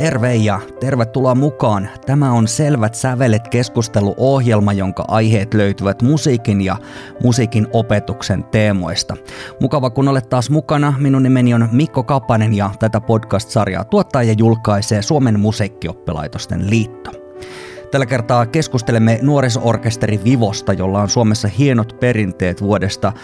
Terve ja tervetuloa mukaan. Tämä on Selvät sävelet -keskusteluohjelma, jonka aiheet löytyvät musiikin ja musiikin opetuksen teemoista. Mukava kun olet taas mukana. Minun nimeni on Mikko Kapanen ja tätä podcast-sarjaa tuottaa ja julkaisee Suomen musiikkioppilaitosten liitto. Tällä kertaa keskustelemme nuoriso-orkesteri Vivosta, jolla on Suomessa hienot perinteet vuodesta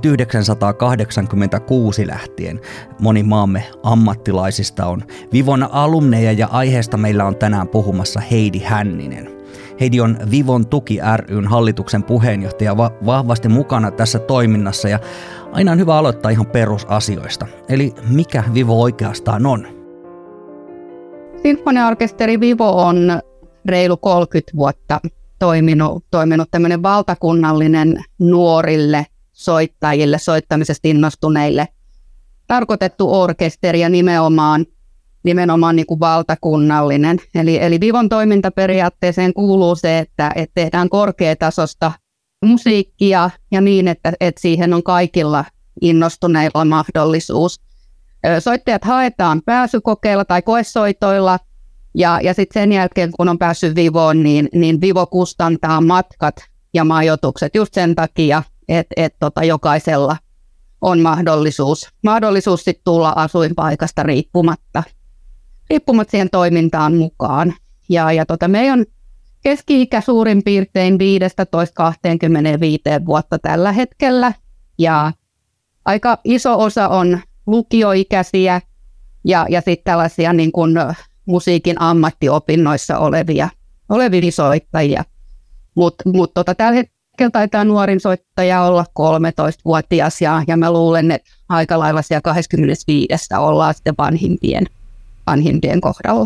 1986 lähtien. Moni maamme ammattilaisista on Vivon alumneja ja aiheesta meillä on tänään puhumassa Heidi Hänninen. Heidi on Vivon Tuki ry:n hallituksen puheenjohtaja vahvasti mukana tässä toiminnassa ja aina on hyvä aloittaa ihan perusasioista. Eli mikä Vivo oikeastaan on? Sinfoniaorkesteri Vivo on reilu 30 vuotta toiminut tämmöinen valtakunnallinen nuorille soittajille, soittamisesta innostuneille tarkoitettu orkesteri ja nimenomaan niin kuin valtakunnallinen. Eli Vivon toimintaperiaatteeseen kuuluu se, että tehdään korkeatasosta musiikkia ja niin, että siihen on kaikilla innostuneilla mahdollisuus. Soittajat haetaan pääsykokeilla tai koesoitoilla. Ja sitten sen jälkeen, kun on päässyt Vivoon, niin Vivo kustantaa matkat ja majoitukset just sen takia, että jokaisella on mahdollisuus sit tulla asuinpaikasta riippumatta siihen toimintaan mukaan. Ja meidän keski-ikä suurin piirtein 15-25 vuotta tällä hetkellä. Ja aika iso osa on lukioikäisiä ja sitten tällaisia niin kuin musiikin ammattiopinnoissa olevia soittajia. Mutta tällä hetkellä taitaa nuorin soittaja olla 13-vuotias ja mä luulen, että aika lailla siellä 25 ollaan sitten vanhimpien kohdalla.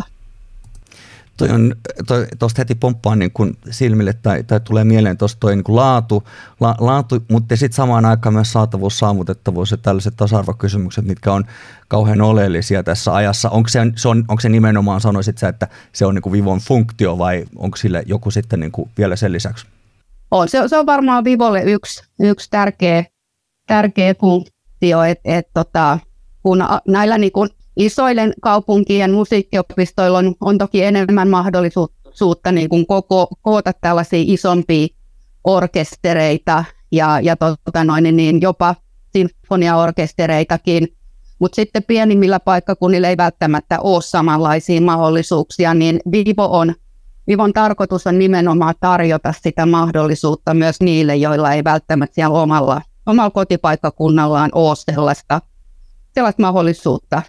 Tuosta heti pomppaa niin kuin silmille tai tulee mieleen tuosta toi niin kuin laatu, mutta sitten samaan aikaan myös saatavuus, saavutettavuus ja tällaiset tasa-arvokysymykset, mitkä on kauhean oleellisia tässä ajassa. Onko se nimenomaan, sanoisit sä, että se on niin kuin Vivon funktio vai onko sille joku sitten niin kuin vielä sen lisäksi? Se on varmaan Vivolle yksi tärkeä funktio, että kun näillä niin kuin isoille kaupunkien musiikkiopistoilla on toki enemmän mahdollisuutta niin kuin koota tällaisia isompia orkestereita ja niin jopa sinfoniaorkestereitakin, mutta sitten pienimmillä paikkakunnilla ei välttämättä ole samanlaisia mahdollisuuksia, niin Vivon tarkoitus on nimenomaan tarjota sitä mahdollisuutta myös niille, joilla ei välttämättä siellä omalla kotipaikkakunnallaan ole sellaista mahdollisuutta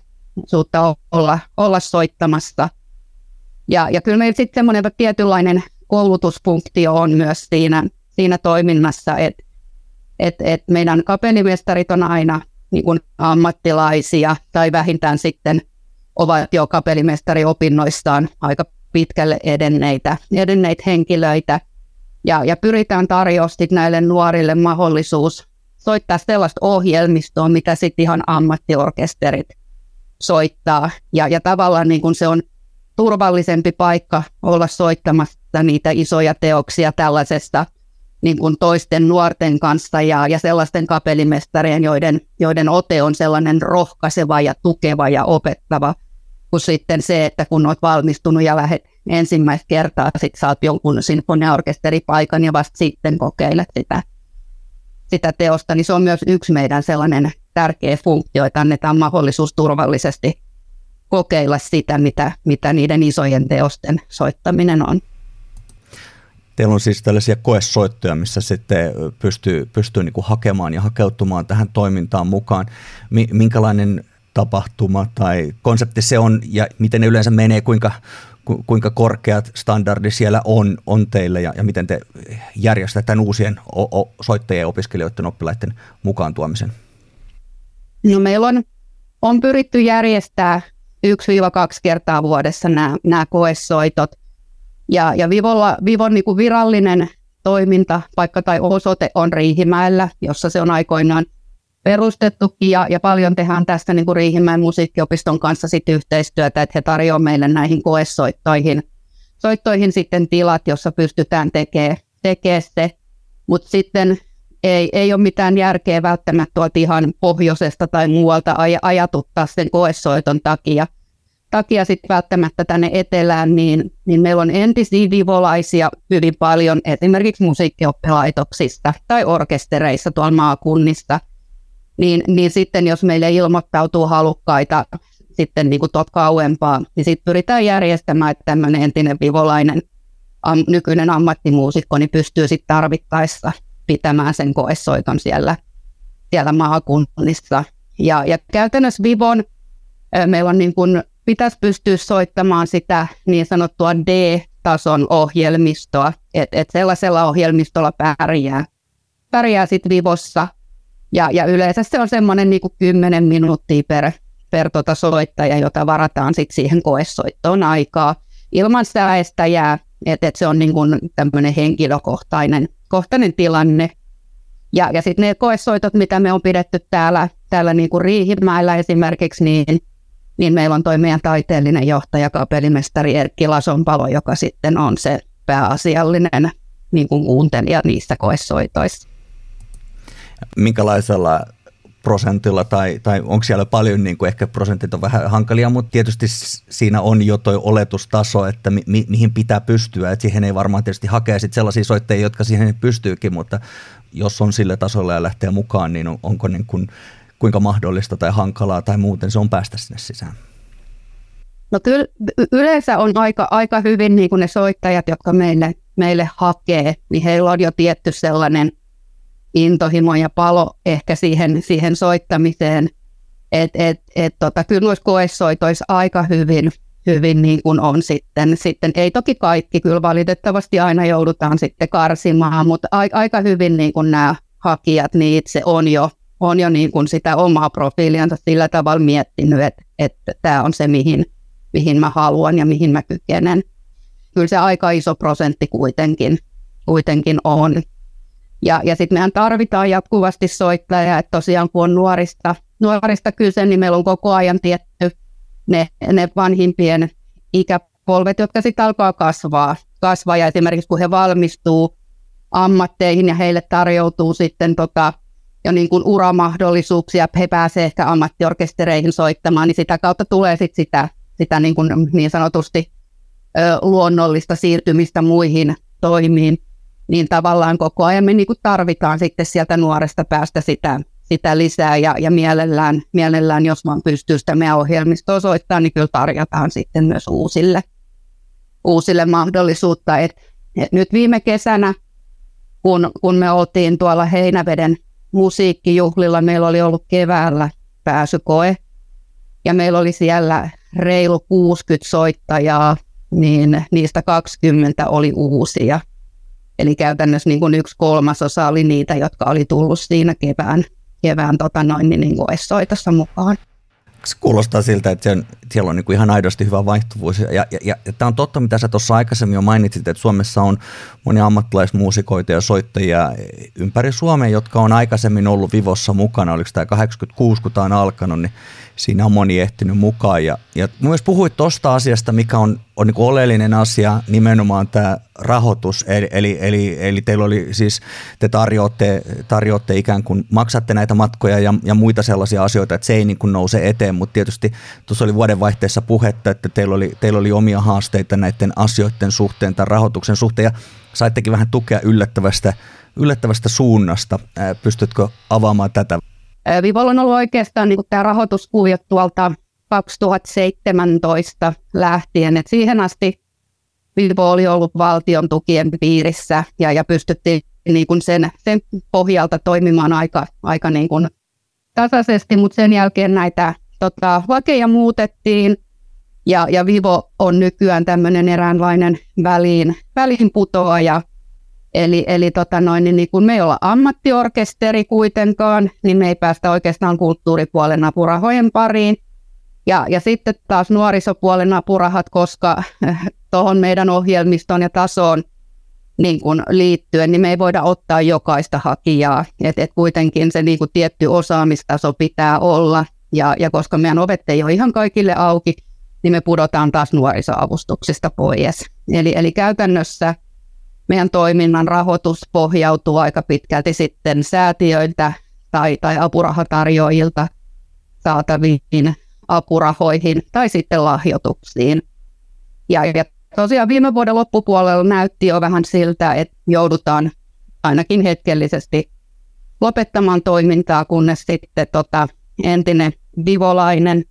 olla soittamassa. Ja kyllä meillä sitten semmoinen tietynlainen koulutusfunktio on myös siinä toiminnassa, että meidän kapellimestarit on aina niin kuin ammattilaisia tai vähintään sitten ovat jo kapellimestariopinnoistaan aika pitkälle edenneitä henkilöitä. Ja pyritään tarjoamaan näille nuorille mahdollisuus soittaa sellaista ohjelmistoa, mitä sitten ihan ammattiorkesterit soittaa. Ja tavallaan niin kun se on turvallisempi paikka olla soittamassa niitä isoja teoksia tällaisesta niin kun toisten nuorten kanssa ja sellaisten kapellimestarien, joiden ote on sellainen rohkaiseva ja tukeva ja opettava, kuin sitten se, että kun olet valmistunut ja lähdet ensimmäistä kertaa, sitten saat jonkun sinfoniaorkesteripaikan ja vasta sitten kokeilet sitä teosta, niin se on myös yksi meidän sellainen tärkeä funktio, että annetaan mahdollisuus turvallisesti kokeilla sitä, mitä niiden isojen teosten soittaminen on. Teillä on siis tällaisia koesoittoja, missä sitten pystyy niin kuin hakemaan ja hakeutumaan tähän toimintaan mukaan. Minkälainen tapahtuma tai konsepti se on ja miten ne yleensä menee, kuinka korkeat standardi siellä on teille ja miten te järjestätte tämän uusien soittajien, opiskelijoiden, oppilaiden mukaan tuomisen? No meillä on pyritty järjestää 1-2 kertaa vuodessa nämä koesoitot. Ja Vivon niin kuin virallinen toimintapaikka tai osoite on Riihimäellä, jossa se on aikoinaan perustettukin ja paljon tehdään tästä niin kuin Riihimäen musiikkiopiston kanssa sit yhteistyötä, että he tarjoavat meille näihin koesoittoihin sitten tilat, jossa pystytään tekemään se, mutta sitten ei ole mitään järkeä välttämättä tuolta ihan pohjoisesta tai muualta ajatuttaa sen koesoiton takia, takia sit välttämättä tänne etelään, niin meillä on entisiä vivolaisia hyvin paljon esimerkiksi musiikkioppelaitoksista tai orkestereissa tuolla maakunnista. Niin sitten jos meille ilmoittautuu halukkaita sitten niin kuin tuolta kauempaa, niin sitten pyritään järjestämään, että tämmöinen entinen vivolainen nykyinen ammattimuusikko niin pystyy sitten tarvittaessa pitämään sen koesoiton siellä maakunnissa. Ja käytännössä vivon meillä on niin kuin, pitäisi pystyä soittamaan sitä niin sanottua D-tason ohjelmistoa, että sellaisella ohjelmistolla pärjää sitten vivossa. Ja yleensä se on semmoinen niin kuin 10 minuuttia per soittaja, jota varataan sitten siihen koesoittoon aikaa ilman säästäjää, että se on niin kuin tämmöinen henkilökohtainen tilanne. Ja sitten ne koesoitot, mitä me on pidetty täällä niin kuin Riihimäellä esimerkiksi, niin meillä on toi meidän taiteellinen johtaja, kapellimestari Erkki Lasonpalo, joka sitten on se pääasiallinen niin kuin kuuntelija niissä koesoitoissa. Minkälaisella prosentilla tai onko siellä paljon, niin kuin ehkä prosentit on vähän hankalia, mutta tietysti siinä on jo toi oletustaso, että mihin pitää pystyä, että siihen ei varmaan tietysti hakea sit sellaisia soittajia, jotka siihen pystyykin, mutta jos on sille tasolla ja lähtee mukaan, niin onko niin kuin, kuinka mahdollista tai hankalaa tai muuten se on päästä sinne sisään? No kyllä yleensä on aika hyvin niin kuin ne soittajat, jotka meille hakee, niin heillä on jo tietty sellainen intohimo ja palo ehkä siihen soittamiseen, että kyllä noissa koesoitoissa aika hyvin niin kuin on sitten, ei toki kaikki, kyllä valitettavasti aina joudutaan sitten karsimaan, mutta aika hyvin niin kuin nämä hakijat, niin itse on jo niin kuin sitä omaa profiiliansa sillä tavalla miettinyt, että tämä on se, mihin mä haluan ja mihin mä kykenen. Kyllä se aika iso prosentti kuitenkin on. Ja sitten mehän tarvitaan jatkuvasti soittajia, että tosiaan kun on nuorista kyse, niin meillä on koko ajan tietty ne vanhimpien ikäpolvet, jotka sitten alkaa kasvaa. Ja esimerkiksi kun he valmistuu ammatteihin ja heille tarjoutuu sitten jo niin kuin uramahdollisuuksia, he pääsevät ehkä ammattiorkestereihin soittamaan, niin sitä kautta tulee sitten sitä niin sanotusti luonnollista siirtymistä muihin toimiin. Niin tavallaan koko ajan me niin kuin tarvitaan sitten sieltä nuoresta päästä sitä lisää ja mielellään, jos vaan pystyy sitä meidän ohjelmistoa soittamaan, niin kyllä tarjotaan sitten myös uusille mahdollisuutta. Et nyt viime kesänä, kun me oltiin tuolla Heinäveden musiikkijuhlilla, meillä oli ollut keväällä pääsykoe ja meillä oli siellä reilu 60 soittajaa, niin niistä 20 oli uusia. Eli käytännössä niin kuin 1/3 oli niitä, jotka oli tullut siinä kevään koesoitossa mukaan. Se kuulostaa siltä, että siellä on niin kuin ihan aidosti hyvä vaihtuvuus. Ja tämä on totta, mitä sä tuossa aikaisemmin jo mainitsit, että Suomessa on monia ammattilaismuusikoita ja soittajia ympäri Suomea, jotka on aikaisemmin ollut Vivossa mukana. Oliko tämä 86, kun tämä on alkanut, niin siinä on moni ehtinyt mukaan. Ja myös puhuit tuosta asiasta, mikä on niin kuin oleellinen asia, nimenomaan tämä rahoitus. Eli teillä oli siis, te tarjoatte ikään kuin, maksatte näitä matkoja ja muita sellaisia asioita, että se ei niin kuin nouse eteen, mutta tietysti tuossa oli vuodenvaihteessa puhetta, että teillä oli omia haasteita näiden asioiden suhteen tai rahoituksen suhteen, ja saittekin vähän tukea yllättävästä suunnasta. Pystytkö avaamaan tätä? Vivolla on ollut oikeastaan niin tämä rahoituskuvio tuolta 2017 lähtien, että siihen asti Vivo oli ollut valtion tukien piirissä ja pystyttiin niin kuin sen pohjalta toimimaan aika niin kuin tasaisesti, mutta sen jälkeen näitä lakeja muutettiin ja Vivo on nykyään tämmöinen eräänlainen väliinputoaja. Eli niin kun me ei olla ammattiorkesteri kuitenkaan, niin me ei päästä oikeastaan kulttuuripuolen apurahojen pariin. Ja sitten taas nuorisopuolen apurahat, koska tuohon meidän ohjelmistoon ja tasoon niin kun liittyen, niin me ei voida ottaa jokaista hakijaa. Et kuitenkin se niin kun tietty osaamistaso pitää olla. Ja koska meidän ovet ei ole ihan kaikille auki, niin me pudotaan taas nuorisoavustuksista pois. Eli käytännössä meidän toiminnan rahoitus pohjautuu aika pitkälti sitten säätiöiltä tai apurahatarjoajilta saataviin apurahoihin tai sitten lahjoituksiin. Ja tosiaan viime vuoden loppupuolella näytti jo vähän siltä, että joudutaan ainakin hetkellisesti lopettamaan toimintaa, kunnes sitten entinen vivolainen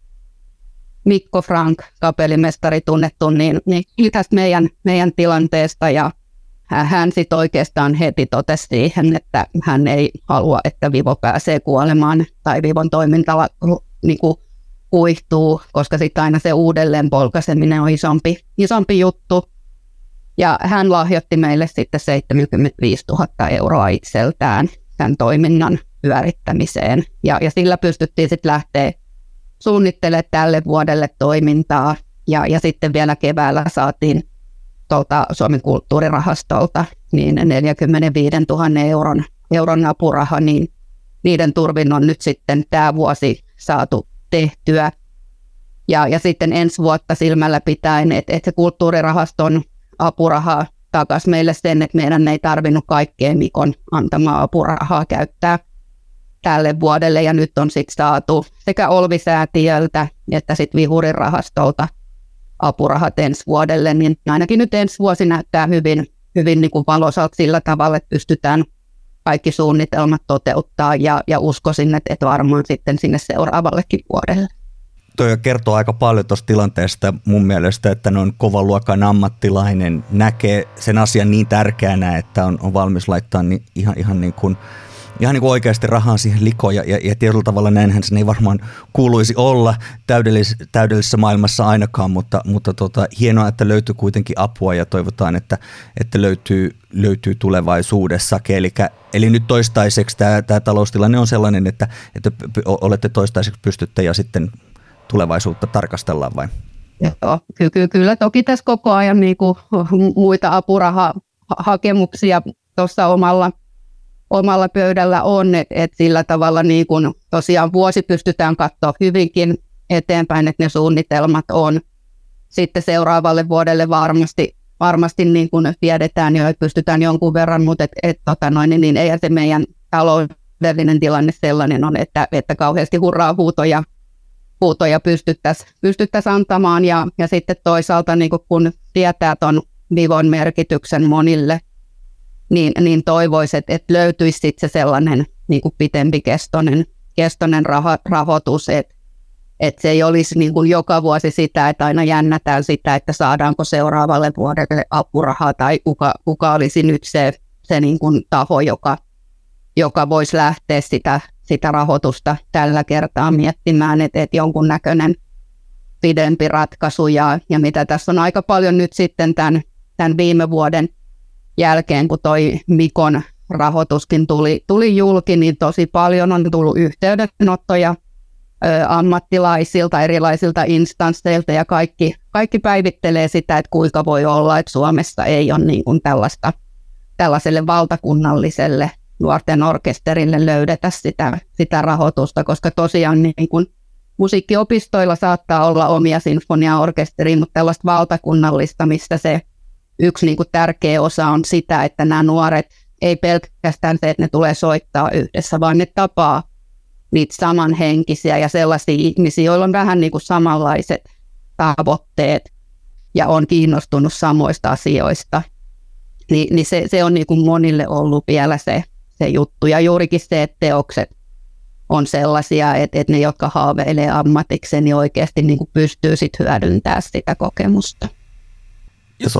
Mikko Frank, kapellimestari tunnettu, niin tästä meidän tilanteesta, ja hän sitten oikeastaan heti totesi siihen, että hän ei halua, että Vivo pääsee kuolemaan tai Vivon toiminta niin kuin kuihtuu, koska sitten aina se uudelleen polkaiseminen on isompi juttu. Ja hän lahjoitti meille sitten 75 000 euroa itseltään tämän toiminnan pyörittämiseen. Ja sillä pystyttiin sitten lähteä suunnittelemaan tälle vuodelle toimintaa. Ja sitten vielä keväällä saatiin tuolta Suomen kulttuurirahastolta niin 45 000 euron apuraha, niin niiden turvin on nyt sitten tämä vuosi saatu tehtyä. Ja sitten ensi vuotta silmällä pitäen, että se kulttuurirahaston apuraha takasi meille sen, että meidän ei tarvinnut kaikkea Mikon antamaa apurahaa käyttää tälle vuodelle. Ja nyt on sitten saatu sekä Olvi-säätiöltä että sitten Vihurin rahastolta apurahat ensi vuodelle. Niin ainakin nyt ensi vuosi näyttää hyvin niin kuin valoisalta sillä tavalla, että pystytään kaikki suunnitelmat toteuttaa ja uskoisin, että varmaan sitten sinne seuraavallekin vuodelle. Tuo kertoo aika paljon tuosta tilanteesta mun mielestä, että noin kovan luokan ammattilainen näkee sen asian niin tärkeänä, että on valmis laittaa ihan niin kuin oikeasti rahaa siihen likoon ja tietyllä tavalla näinhän sen ei varmaan kuuluisi olla täydellisessä maailmassa ainakaan, mutta hienoa, että löytyy kuitenkin apua ja toivotaan, että löytyy tulevaisuudessakin. Eli nyt toistaiseksi tämä taloustilanne on sellainen, että olette toistaiseksi pystytte ja sitten tulevaisuutta tarkastellaan vai? Joo, kyllä toki tässä koko ajan niin kuin muita apurahahakemuksia tuossa omalla pöydällä on, että sillä tavalla niin kuin tosiaan vuosi pystytään katsoa hyvinkin eteenpäin, että ne suunnitelmat on. Sitten seuraavalle vuodelle varmasti niin kuin tiedetään jo, että pystytään jonkun verran, mutta niin eihän se meidän taloudellinen tilanne sellainen on, että kauheasti hurraa huutoja pystyttäisiin antamaan. Ja sitten toisaalta niin kun tietää tuon Vivon merkityksen monille, niin toivoisi, että löytyisi sitten se sellainen niin kuin pitempikestoinen rahoitus, että se ei olisi niin kuin joka vuosi sitä, että aina jännätään sitä, että saadaanko seuraavalle vuodelle apurahaa tai kuka olisi nyt se niin kuin taho, joka voisi lähteä sitä rahoitusta tällä kertaa miettimään, että jonkunnäköinen pidempi ratkaisu ja mitä tässä on aika paljon nyt sitten tämän viime vuoden jälkeen, kun toi Mikon rahoituskin tuli julki, niin tosi paljon on tullut yhteydenottoja ammattilaisilta, erilaisilta instansseilta ja kaikki päivittelee sitä, että kuinka voi olla, että Suomessa ei ole niin kuin tällaiselle valtakunnalliselle nuorten orkesterille löydetä sitä rahoitusta, koska tosiaan niin kuin musiikkiopistoilla saattaa olla omia sinfoniaorkesteria, mutta tällaista valtakunnallista, mistä se yksi niin kuin tärkeä osa on sitä, että nämä nuoret ei pelkästään se, että ne tulee soittaa yhdessä, vaan ne tapaa niitä samanhenkisiä ja sellaisia ihmisiä, joilla on vähän niin kuin samanlaiset tavoitteet ja on kiinnostunut samoista asioista. Niin se on niin kuin monille ollut vielä se juttu. Ja juurikin se, että teokset on sellaisia, että ne, jotka haaveilee ammatikseen, niin oikeasti niin kuin pystyy sit hyödyntämään sitä kokemusta. Jos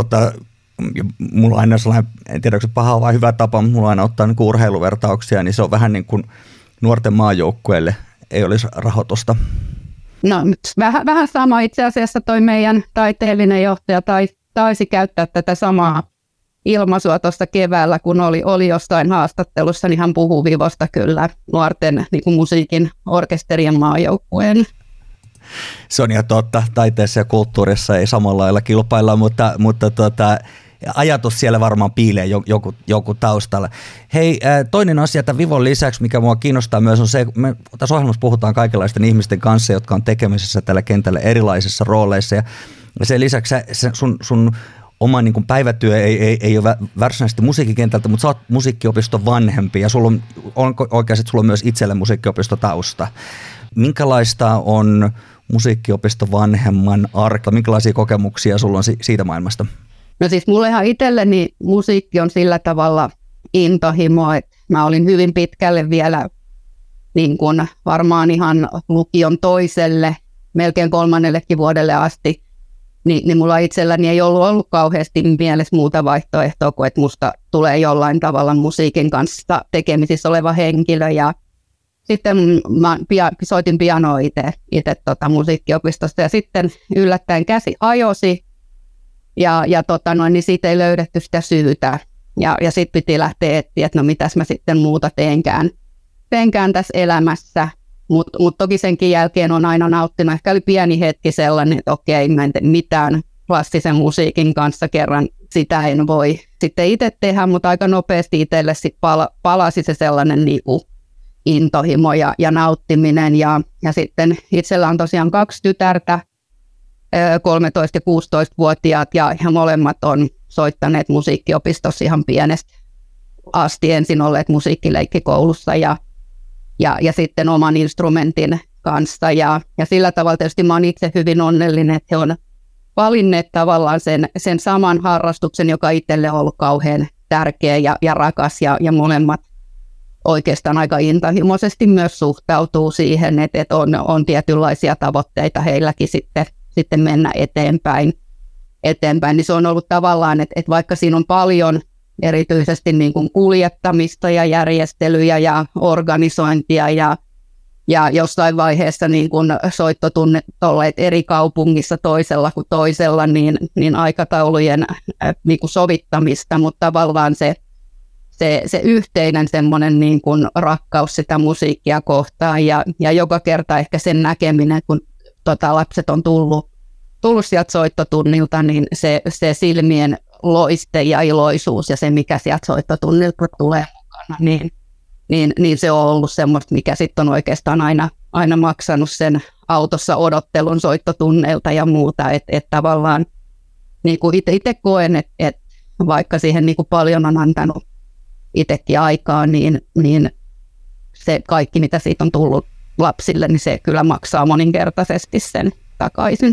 mulla on aina sellainen, en tiedä, onko se paha vai hyvä tapa, mutta mulla on aina ottaa niin kuin urheiluvertauksia, niin se on vähän niin kuin nuorten maajoukkueelle ei olisi rahoitusta. No vähän sama itse asiassa toi meidän taiteellinen johtaja taisi käyttää tätä samaa ilmaisua tuossa keväällä, kun oli jossain haastattelussa, niin hän puhuu Vivosta kyllä nuorten niin kuin musiikin orkesterien maajoukkueen. Se on ihan totta. Taiteessa ja kulttuurissa ei samalla lailla kilpailla, mutta ajatus siellä varmaan piilee joku taustalla. Hei, toinen asia tämän Vivon lisäksi, mikä mua kiinnostaa myös, on se, me tässä ohjelmassa puhutaan kaikenlaisten ihmisten kanssa, jotka on tekemisessä tällä kentällä erilaisissa rooleissa. Ja sen lisäksi sun oma niin kuin päivätyö ei ole varsinaisesti musiikkikentältä, mutta sä oot musiikkiopiston vanhempi ja sulla on oikeasti sulla on myös itselle musiikkiopiston tausta. Minkälaista on musiikkiopiston vanhemman arkea? Minkälaisia kokemuksia sulla on siitä maailmasta? No siis mulle ihan itselleni musiikki on sillä tavalla intohimo, että mä olin hyvin pitkälle vielä niin kuin varmaan ihan lukion toiselle, melkein 3. vuodelle asti, niin mulla itselläni ei ollut kauheasti mielessä muuta vaihtoehtoa kuin, että musta tulee jollain tavalla musiikin kanssa tekemisissä oleva henkilö. Ja sitten mä soitin pianoa itse musiikkiopistosta ja sitten yllättäen käsi hajosi ja niin siitä ei löydetty sitä syytä. Ja sitten piti lähteä etsiä, että no mitäs mä sitten muuta teenkään tässä elämässä. Mutta toki senkin jälkeen on aina nauttinut. Ehkä oli pieni hetki sellainen, että okei, mä en tee mitään klassisen musiikin kanssa kerran. Sitä en voi sitten itse tehdä, mutta aika nopeasti itselle sitten palasi se sellainen niinku intohimo ja nauttiminen. Ja sitten itsellä on tosiaan 2 tytärtä, 13- ja 16-vuotiaat, ja molemmat on soittaneet musiikkiopistossa ihan pienestä asti. Ensin olleet musiikkileikkikoulussa ja sitten oman instrumentin kanssa. Ja sillä tavalla tietysti mä oon itse hyvin onnellinen, että he on valinneet tavallaan sen saman harrastuksen, joka itselle on ollut kauhean tärkeä ja rakas, ja molemmat oikeastaan aika intohimoisesti myös suhtautuu siihen, että on tietynlaisia tavoitteita heilläkin sitten mennä eteenpäin, niin se on ollut tavallaan, että vaikka siinä on paljon erityisesti niin kuin kuljettamista ja järjestelyjä ja organisointia ja jossain vaiheessa niin kuin soittotunnit olleet eri kaupungissa toisella kuin toisella, niin aikataulujen niin kuin sovittamista, mutta tavallaan se yhteinen semmoinen niin kuin rakkaus sitä musiikkia kohtaan ja joka kerta ehkä sen näkeminen, kun lapset on tullut sieltä soittotunnilta, niin se silmien loiste ja iloisuus ja se, mikä sieltä soittotunnilta tulee mukana, niin se on ollut semmoista, mikä sitten on oikeastaan aina maksanut sen autossa odottelun soittotunneilta ja muuta, että tavallaan niin kuin itse koen, että vaikka siihen niin kuin paljon on antanut itsekin aikaa, niin se kaikki, mitä siitä on tullut lapsille, niin se kyllä maksaa moninkertaisesti sen takaisin.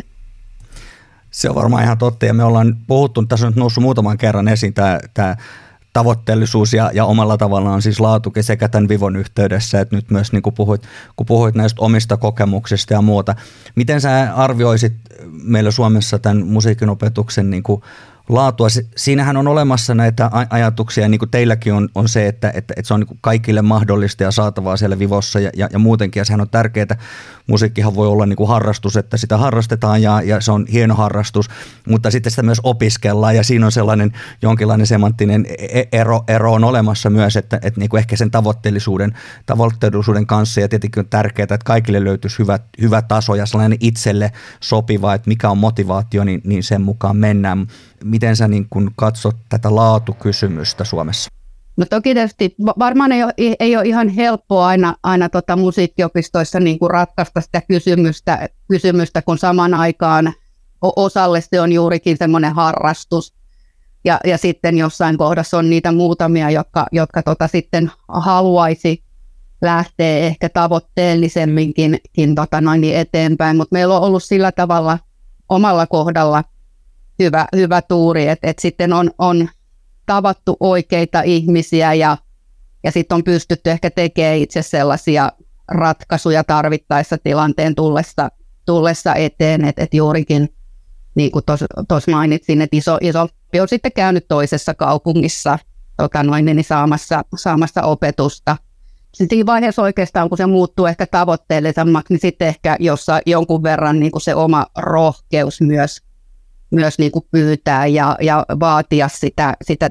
Se on varmaan ihan totta, ja me ollaan puhuttu, tässä on nyt noussut muutaman kerran esiin tämä tavoitteellisuus ja omalla tavallaan siis laatukin sekä tämän Vivon yhteydessä, että nyt myös niin kun puhuit näistä omista kokemuksista ja muuta. Miten sä arvioisit meillä Suomessa tämän musiikinopetuksen niin kuin laatua? Siinähän on olemassa näitä ajatuksia, niin kuin teilläkin on se, että se on niin kuin kaikille mahdollista ja saatavaa siellä Vivossa ja muutenkin, ja sehän on tärkeää. Musiikkihan voi olla niin kuin harrastus, että sitä harrastetaan ja se on hieno harrastus, mutta sitten sitä myös opiskellaan, ja siinä on sellainen jonkinlainen semanttinen ero on olemassa myös, että niin kuin ehkä sen tavoitteellisuuden kanssa, ja tietenkin on tärkeää, että kaikille löytyisi hyvä taso ja sellainen itselle sopiva, että mikä on motivaatio, niin sen mukaan mennään. Miten sä niin kun katsot tätä laatukysymystä Suomessa? No toki tietysti varmaan ei ole ihan helppoa aina musiikkiopistoissa niin kuin ratkaista sitä kysymystä, kun samaan aikaan osalle se on juurikin semmoinen harrastus. Ja sitten jossain kohdassa on niitä muutamia, jotka sitten haluaisi lähteä ehkä tavoitteellisemminkin eteenpäin. Mutta meillä on ollut sillä tavalla omalla kohdalla hyvä tuuri, että sitten on tavattu oikeita ihmisiä ja sitten on pystytty ehkä tekemään itse sellaisia ratkaisuja tarvittaessa tilanteen tullessa eteen, että juurikin niin kuin tuossa mainitsin, että isompi on sitten käynyt toisessa kaupungissa niin saamassa opetusta. Sitten siinä vaiheessa oikeastaan, kun se muuttuu ehkä tavoitteellisemmaksi, niin sitten ehkä jonkun verran niin kuin se oma rohkeus myös niin kuin pyytää ja vaatia sitä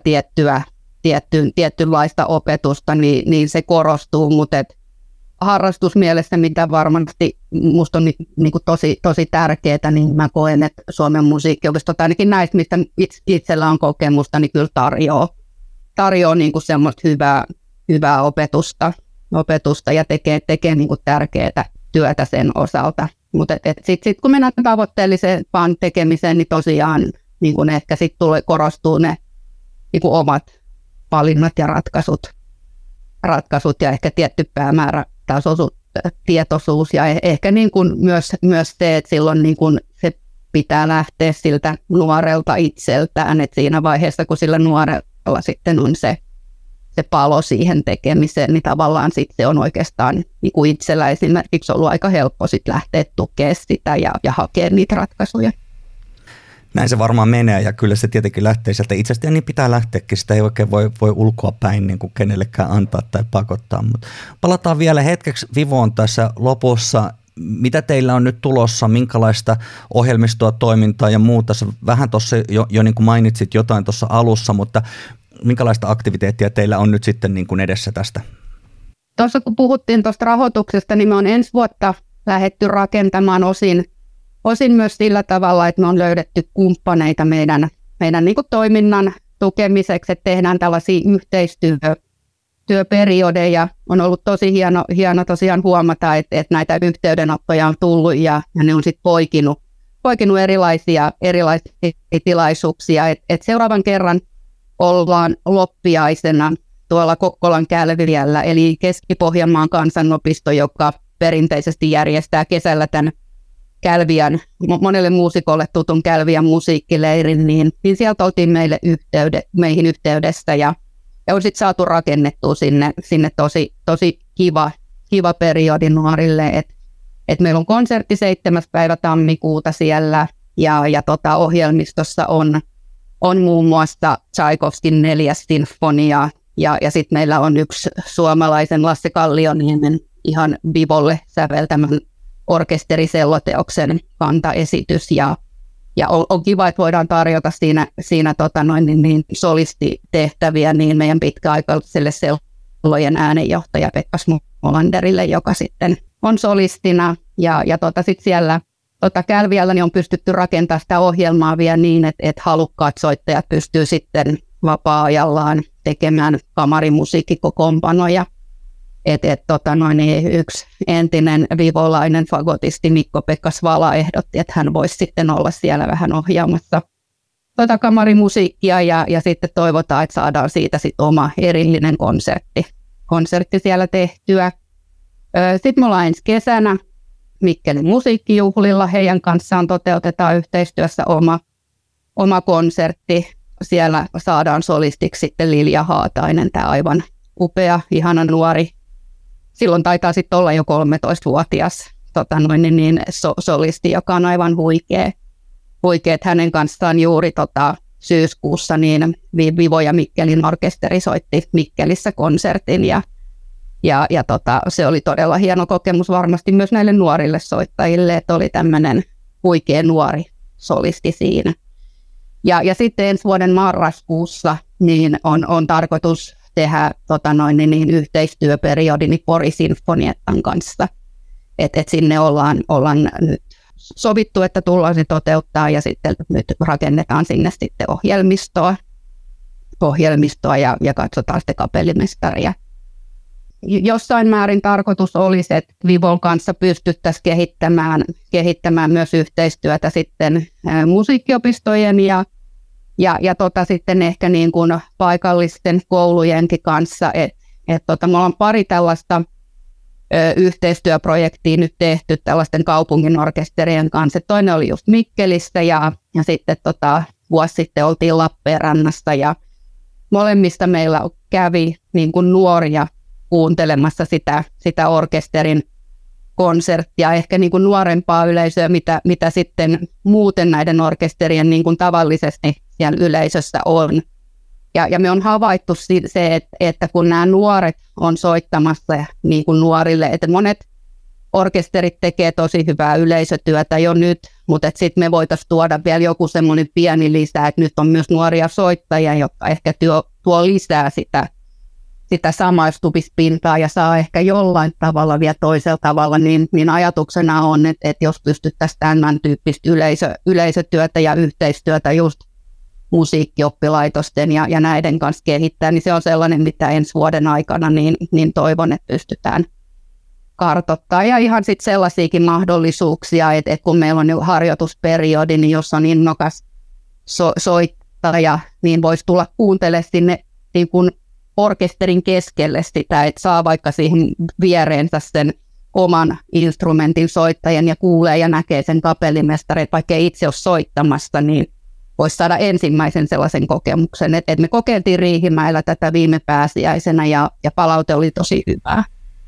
tietynlaista opetusta, niin se korostuu, mutta harrastusmielessä, mitä varmasti minusta on niin kuin tosi tärkeää, niin mä koen, että Suomen musiikkiopistot, ainakin näistä, mistä itsellä on kokemusta, niin kyllä tarjoaa niin kuin semmoista hyvää opetusta ja tekee niin kuin tärkeää työtä sen osalta. Mutta sitten kun mennään tavoitteelliseen tekemiseen, niin tosiaan niin kun ehkä sitten korostuu ne niin kun omat valinnat ja ratkaisut ja ehkä tietty päämäärä taas tietoisuus ja ehkä niin kuin myös se, että silloin niin kuin se pitää lähteä siltä nuorelta itseltään, että siinä vaiheessa, kun sillä nuorella sitten on se palo siihen tekemiseen, niin tavallaan sitten se on oikeastaan niin kuin itsellä esimerkiksi ollut aika helppo sitten lähteä tukemaan sitä ja hakea niitä ratkaisuja. Näin se varmaan menee ja kyllä se tietenkin lähtee sieltä itsestä ja niin pitää lähteäkin. Sitä ei oikein voi ulkoa päin niin kuin kenellekään antaa tai pakottaa. Mutta palataan vielä hetkeksi Vivoon tässä lopussa. Mitä teillä on nyt tulossa, minkälaista ohjelmistoa, toimintaa ja muuta? Sä vähän tuossa jo niin kuin mainitsit jotain tuossa alussa, mutta minkälaista aktiviteettia teillä on nyt sitten niin kuin edessä tästä? Tuossa kun puhuttiin tuosta rahoituksesta, niin me on ensi vuotta lähdetty rakentamaan osin myös sillä tavalla, että me on löydetty kumppaneita meidän niin kuin toiminnan tukemiseksi, että tehdään tällaisia yhteistyöperiodeja. On ollut tosi hieno tosiaan huomata, että näitä yhteydenottoja on tullut ja ne on sitten poikinut erilaisia tilaisuuksia. Et seuraavan kerran ollaan loppiaisena tuolla Kokkolan Kälviällä, eli Keski-Pohjanmaan kansanopisto, joka perinteisesti järjestää kesällä tämän Kälviän, monelle muusikolle tutun Kälviän musiikkileirin, niin sieltä oltiin meihin yhteydessä ja on sitten saatu rakennettua sinne tosi kiva periodi nuorille, että meillä on konsertti 7. päivä tammikuuta siellä ja ohjelmistossa on muun muassa Tchaikovskin 4. sinfonia ja sitten meillä on yksi suomalaisen Lasse Kallioniemen ihan Vivolle säveltämän orkesteriselloteoksen kantaesitys ja on kiva, että voidaan tarjota siinä solistitehtäviä niin meidän pitkäaikaiselle sellojen äänenjohtaja Pekka Smolanderille, joka sitten on solistina ja sitten siellä Kälviällä niin on pystytty rakentamaan sitä ohjelmaa vielä niin, että halukkaat soittajat pystyy sitten vapaa-ajallaan tekemään kamarimusiikkikokoonpanoja. Yksi entinen vivolainen fagotisti Mikko-Pekka Svala ehdotti, että hän voisi sitten olla siellä vähän ohjaamassa kamarimusiikkia ja sitten toivotaan, että saadaan siitä sitten oma erillinen konsertti siellä tehtyä. Sitten me ollaan ensi kesänä Mikkelin musiikkijuhlilla. Heidän kanssaan toteutetaan yhteistyössä oma konsertti. Siellä saadaan solistiksi sitten Lilja Haatainen, tämä aivan upea, ihana nuori. Silloin taitaa sitten olla jo 13-vuotias solisti, joka on aivan huikea. Että hänen kanssaan juuri syyskuussa niin Vivo ja Mikkelin orkesteri soitti Mikkelissä konsertin ja se oli todella hieno kokemus varmasti myös näille nuorille soittajille, että oli tämmöinen huikea nuori solisti siinä. Ja sitten ensi vuoden marraskuussa niin on tarkoitus tehdä yhteistyöperiodi Pori-sinfoniettan kanssa. Et sinne ollaan nyt sovittu, että tullaan se toteuttaa ja sitten nyt rakennetaan sinne sitten ohjelmistoa ja katsotaan sitten kapellimestaria. Jossain määrin tarkoitus olisi, että Vivon kanssa pystyttäisiin kehittämään myös yhteistyötä sitten musiikkiopistojen ja sitten ehkä niin kuin paikallisten koulujenkin kanssa, että me ollaan pari tällaista yhteistyöprojektia nyt tehty tällaisten kaupungin orkesterien kanssa. Toinen oli just Mikkelissä ja sitten vuosi sitten oltiin Lappeenrannassa ja molemmista meillä kävi niin kuin nuoria kuuntelemassa sitä orkesterin konserttia, ehkä niin kuin nuorempaa yleisöä, mitä sitten muuten näiden orkesterien niin kuin tavallisesti siellä yleisössä on. Ja me on havaittu se, että kun nämä nuoret on soittamassa niin kuin nuorille, että monet orkesterit tekee tosi hyvää yleisötyötä jo nyt, mutta sitten me voitaisiin tuoda vielä joku semmoinen pieni lisä, että nyt on myös nuoria soittajia, jotka ehkä tuo lisää sitä samaistumispintaa ja saa ehkä jollain tavalla vielä toisella tavalla, niin ajatuksena on, että jos pystyttäisiin tämän tyyppistä yleisötyötä ja yhteistyötä just musiikkioppilaitosten ja näiden kanssa kehittää, niin se on sellainen, mitä ensi vuoden aikana niin toivon, että pystytään kartoittaa. Ja ihan sitten sellaisiakin mahdollisuuksia, että kun meillä on jo harjoitusperiodi, niin jos on innokas soittaja, niin voisi tulla kuuntelemaan sinne niin kuin orkesterin keskelle sitä, että saa vaikka siihen viereensä sen oman instrumentin soittajan ja kuulee ja näkee sen kapellimestarin, vaikka ei itse ole soittamassa, niin voisi saada ensimmäisen sellaisen kokemuksen. Et me kokeiltiin Riihimäellä tätä viime pääsiäisenä ja palaute oli tosi hyvää.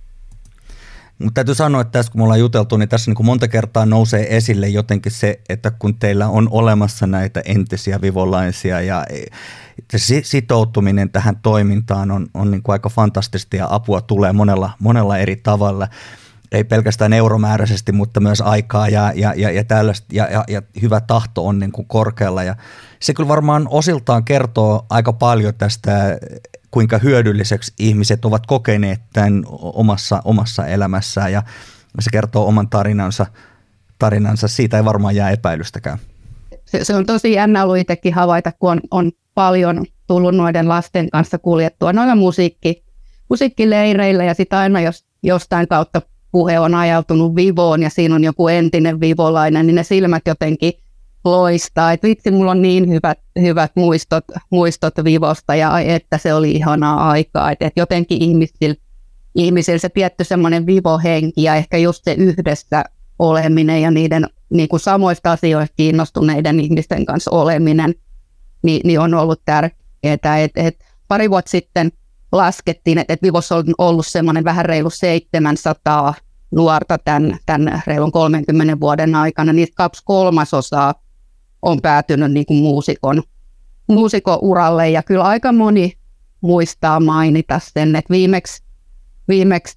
Mutta täytyy sanoa, että tässä kun me ollaan juteltu, niin tässä niin kuin monta kertaa nousee esille jotenkin se, että kun teillä on olemassa näitä entisiä vivolaisia ja sitoutuminen tähän toimintaan on niin kuin aika fantastista ja apua tulee monella eri tavalla. Ei pelkästään euromääräisesti, mutta myös aikaa ja tällaista ja hyvä tahto on niin kuin korkealla. Ja se kyllä varmaan osiltaan kertoo aika paljon tästä, kuinka hyödylliseksi ihmiset ovat kokeneet tämän omassa elämässään ja se kertoo oman tarinansa. Siitä ei varmaan jää epäilystäkään. Se on tosi jännä ollut itsekin havaita, kun on paljon tullut noiden lasten kanssa kuljettua noilla musiikkileireillä ja sitten aina jos jostain kautta puhe on ajautunut Vivoon ja siinä on joku entinen vivolainen, niin ne silmät jotenkin loistaa. Et vitsi, mulla on niin hyvät muistot Vivosta ja että se oli ihanaa aikaa. Et jotenkin ihmisillä se tietty semmoinen Vivo-henki ja ehkä just se yhdessä oleminen ja niiden niin kuin samoista asioista kiinnostuneiden ihmisten kanssa oleminen niin on ollut tärkeää. Et pari vuotta sitten laskettiin, että Vivossa on ollut semmoinen vähän reilu 700 nuorta tämän reilun 30 vuoden aikana. Niistä 2/3 on päätynyt niin kuin muusikon uralle ja kyllä aika moni muistaa mainita sen, että viimeksi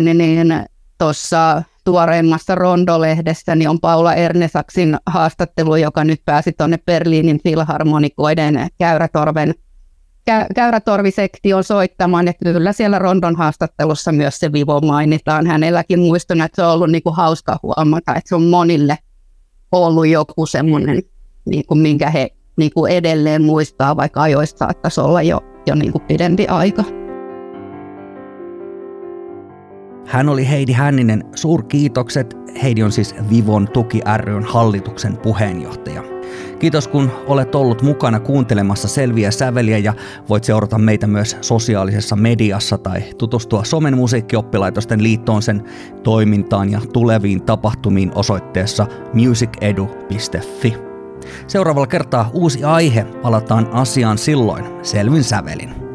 tuossa tuoreimmassa Rondo-lehdessä niin on Paula Ernesaksin haastattelu, joka nyt pääsi tuonne Berliinin filharmonikoiden Käyrätorvisektion soittamaan, ja kyllä siellä Rondon haastattelussa myös se Vivo mainitaan. Hänelläkin muistunut, että se on ollut niin kuin hauska huomata, että se on monille ollut joku semmoinen, niin kuin minkä he niin kuin edelleen muistaa, vaikka ajoista saattaisi olla jo niin kuin pidempi aika. Hän oli Heidi Hänninen. Suurkiitokset. Heidi on siis Vivon Tuki ry:n hallituksen puheenjohtaja. Kiitos kun olet ollut mukana kuuntelemassa Selviä säveliä ja voit seurata meitä myös sosiaalisessa mediassa tai tutustua Somen musiikkioppilaitosten liittoon, sen toimintaan ja tuleviin tapahtumiin osoitteessa musicedu.fi. Seuraavalla kertaa uusi aihe. Palataan asiaan silloin selvin sävelin.